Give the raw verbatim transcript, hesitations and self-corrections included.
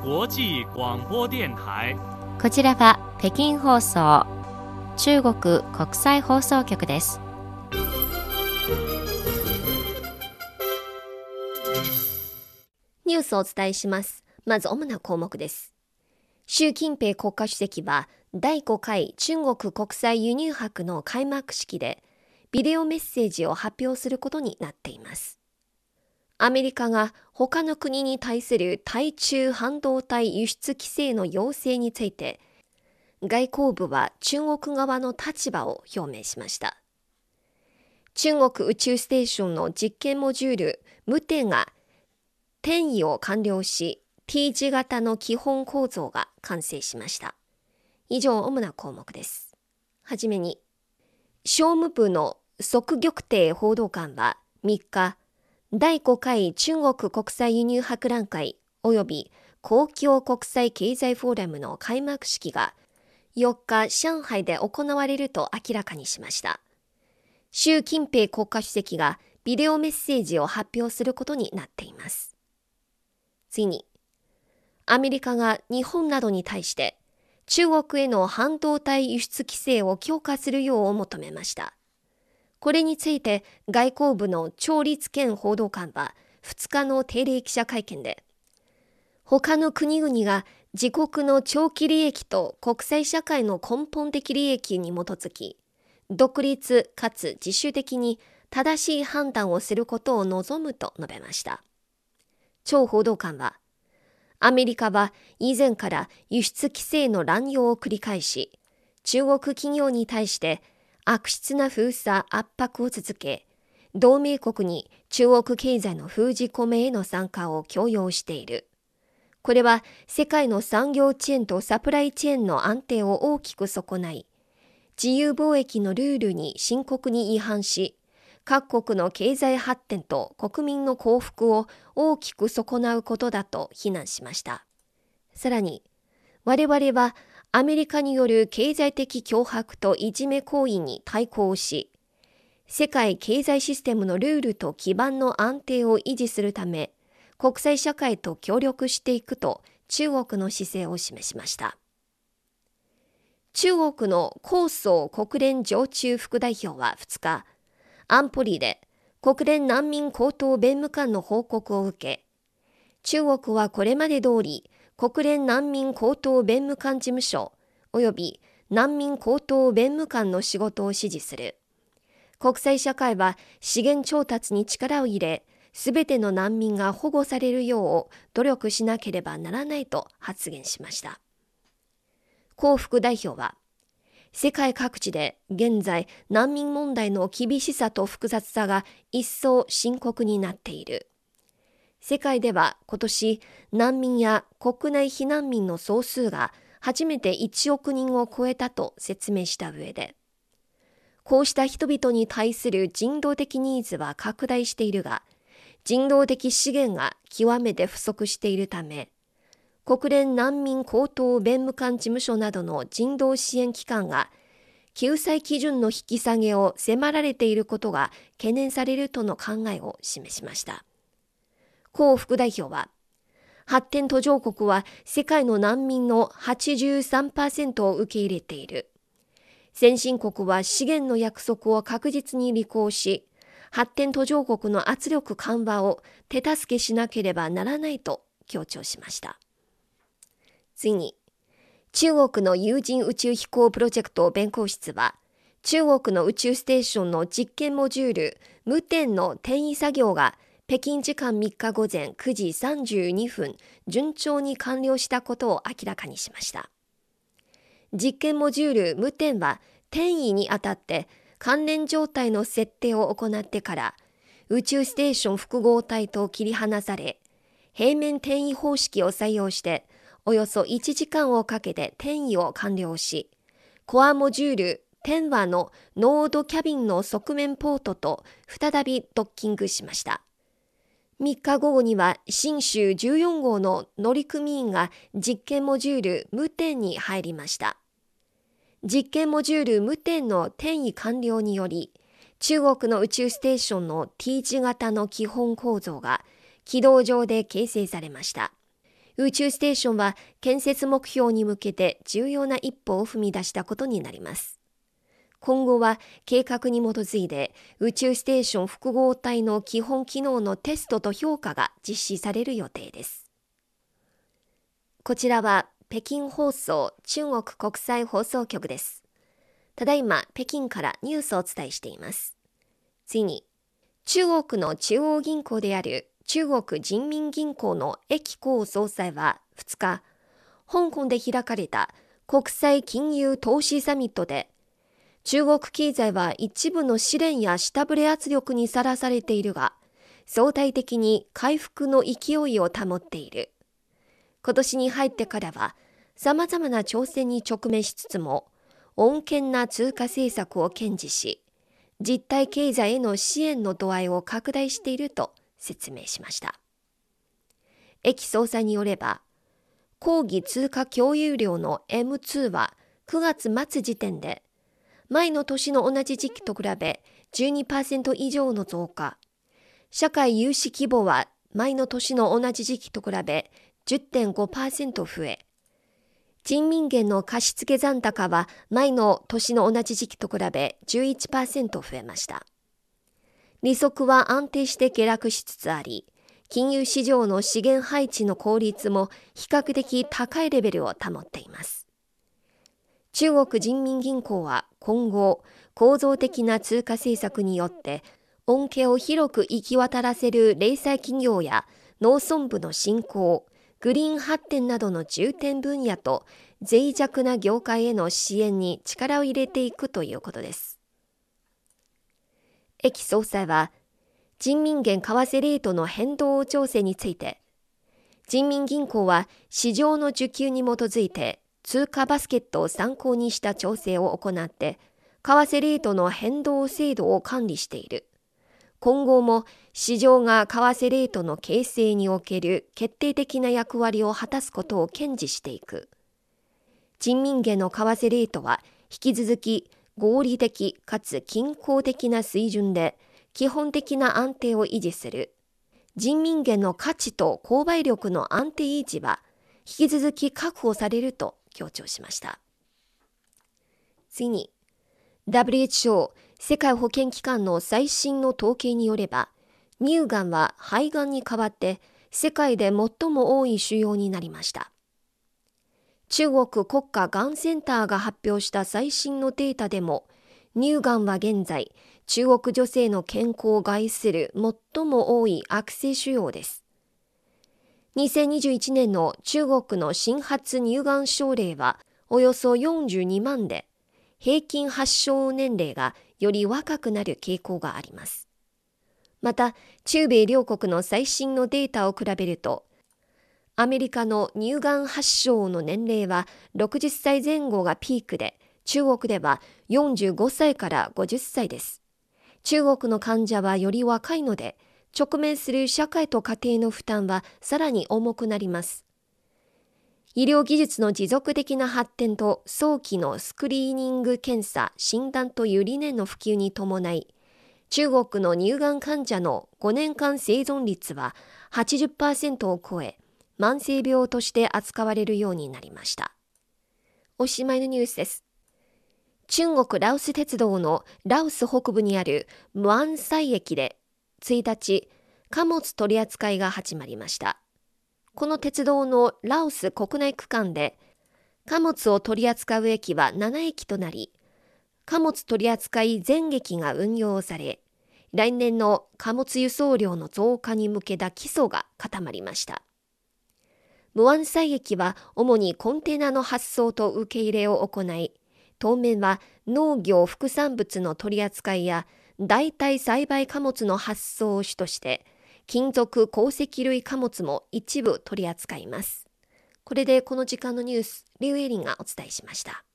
国際廣播電台。 こちらは北京放送、中国国際放送局です。 ニュースをお伝えします。まず主な項目です。習近平国家主席はだいごかい中国国際輸入博の開幕式でビデオメッセージを発表することになっています。アメリカが他の国に対する対中半導体輸出規制の要請について、外交部は中国側の立場を表明しました。中国宇宙ステーションの実験モジュールムテが転移を完了し、T 字型の基本構造が完成しました。以上、主な項目です。はじめに、商務部の側玉亭報道官はみっか、だいごかい中国国際輸入博覧会及び公共国際経済フォーラムの開幕式がよっか上海で行われると明らかにしました。習近平国家主席がビデオメッセージを発表することになっています。次に、アメリカが日本などに対して中国への半導体輸出規制を強化するよう求めました。これについて外交部の趙立堅報道官はふつかの定例記者会見で、他の国々が自国の長期利益と国際社会の根本的利益に基づき、独立かつ自主的に正しい判断をすることを望むと述べました。趙報道官は、アメリカは以前から輸出規制の乱用を繰り返し、中国企業に対して悪質な封鎖圧迫を続け、同盟国に中国経済の封じ込めへの参加を強要している。これは世界の産業チェーンとサプライチェーンの安定を大きく損ない、自由貿易のルールに深刻に違反し、各国の経済発展と国民の幸福を大きく損なうことだと非難しました。さらに、我々はアメリカによる経済的脅迫といじめ行為に対抗し、世界経済システムのルールと基盤の安定を維持するため、国際社会と協力していくと中国の姿勢を示しました。中国の耿爽国連常駐副代表はふつか、安保理で国連難民高等弁務官の報告を受け、中国はこれまで通り国連難民高等弁務官事務所及び難民高等弁務官の仕事を支持する。国際社会は資源調達に力を入れ、すべての難民が保護されるよう努力しなければならないと発言しました。江副代表は、世界各地で現在難民問題の厳しさと複雑さが一層深刻になっている。世界では今年難民や国内避難民の総数が初めていちおくにんを超えたと説明した上で、こうした人々に対する人道的ニーズは拡大しているが、人道的資源が極めて不足しているため、国連難民高等弁務官事務所などの人道支援機関が救済基準の引き下げを迫られていることが懸念されるとの考えを示しました。江副代表は、発展途上国は世界の難民の はちじゅうさんパーセント を受け入れている。先進国は資源の約束を確実に履行し、発展途上国の圧力緩和を手助けしなければならないと強調しました。次に、中国の有人宇宙飛行プロジェクト弁公室は、中国の宇宙ステーションの実験モジュールムテンの転移作業が北京時間みっかごぜんくじさんじゅうにふん、順調に完了したことを明らかにしました。実験モジュールムテンは転移にあたって関連状態の設定を行ってから宇宙ステーション複合体と切り離され、平面転移方式を採用しておよそいちじかんをかけて転移を完了し、コアモジュール天和のノードキャビンの側面ポートと再びドッキングしました。みっかごごには神舟じゅうよん号の乗組員が実験モジュールムテンに入りました。実験モジュールムテンの転移完了により、中国の宇宙ステーションの T 字型の基本構造が軌道上で形成されました。 宇宙ステーションは建設目標に向けて重要な一歩を踏み出したことになります。今後は計画に基づいて宇宙ステーション複合体の基本機能のテストと評価が実施される予定です。こちらは北京放送中国国際放送局です。ただいま北京からニュースをお伝えしています。次に、中国の中央銀行である中国人民銀行の易綱総裁はふつか、香港で開かれた国際金融投資サミットで、中国経済は一部の試練や下振れ圧力にさらされているが、相対的に回復の勢いを保っている。今年に入ってからは、様々な挑戦に直面しつつも、穏健な通貨政策を堅持し、実体経済への支援の度合いを拡大していると説明しました。易総裁によれば、抗議通貨共有量の エムツー はくがつ末時点で、前の年の同じ時期と比べ じゅうにパーセント 以上の増加。社会融資規模は前の年の同じ時期と比べ じゅってんごパーセント 増え、人民元の貸付残高は前の年の同じ時期と比べ じゅういちパーセント 増えました。利息は安定して下落しつつあり、金融市場の資源配置の効率も比較的高いレベルを保っています。中国人民銀行は今後、構造的な通貨政策によって恩恵を広く行き渡らせる零細企業や農村部の振興、グリーン発展などの重点分野と脆弱な業界への支援に力を入れていくということです。易総裁は、人民元為替レートの変動調整について、人民銀行は市場の需給に基づいて通貨バスケットを参考にした調整を行って、為替レートの変動制度を管理している。今後も市場が為替レートの形成における決定的な役割を果たすことを堅持していく。人民元の為替レートは引き続き合理的かつ均衡的な水準で基本的な安定を維持する。人民元の価値と購買力の安定維持は引き続き確保されると強調しました。次に、ダブリューエイチオー 世界保健機関の最新の統計によれば、乳がんは肺がんに代わって世界で最も多い腫瘍になりました。中国国家がんセンターが発表した最新のデータでも、乳がんは現在、中国女性の健康を害する最も多い悪性腫瘍です。にせんにじゅういちねんの中国の新発乳がん症例はおよそよんじゅうにまんで、平均発症年齢がより若くなる傾向があります。また、中米両国の最新のデータを比べると、アメリカの乳がん発症の年齢はろくじゅっさいぜん後がピークで、中国ではよんじゅうごさいからごじゅっさいです。中国の患者はより若いので、直面する社会と家庭の負担はさらに重くなります。医療技術の持続的な発展と早期のスクリーニング検査・診断という理念の普及に伴い、中国の乳がん患者のごねんかん生存率は はちじゅっパーセント を超え、慢性病として扱われるようになりました。おしまいのニュースです。中国ラオス鉄道のラオス北部にあるムアンサイ駅でいちにち、貨物取り扱いが始まりました。この鉄道のラオス国内区間で貨物を取り扱う駅はななえきとなり、貨物取り扱い全駅が運用され、来年の貨物輸送量の増加に向けた基礎が固まりました。ムアンサイ駅は主にコンテナの発送と受け入れを行い、当面は農業副産物の取り扱いや代替栽培貨物の発送を主として、金属鉱石類貨物も一部取り扱います。これでこの時間のニュース、リュウエリンがお伝えしました。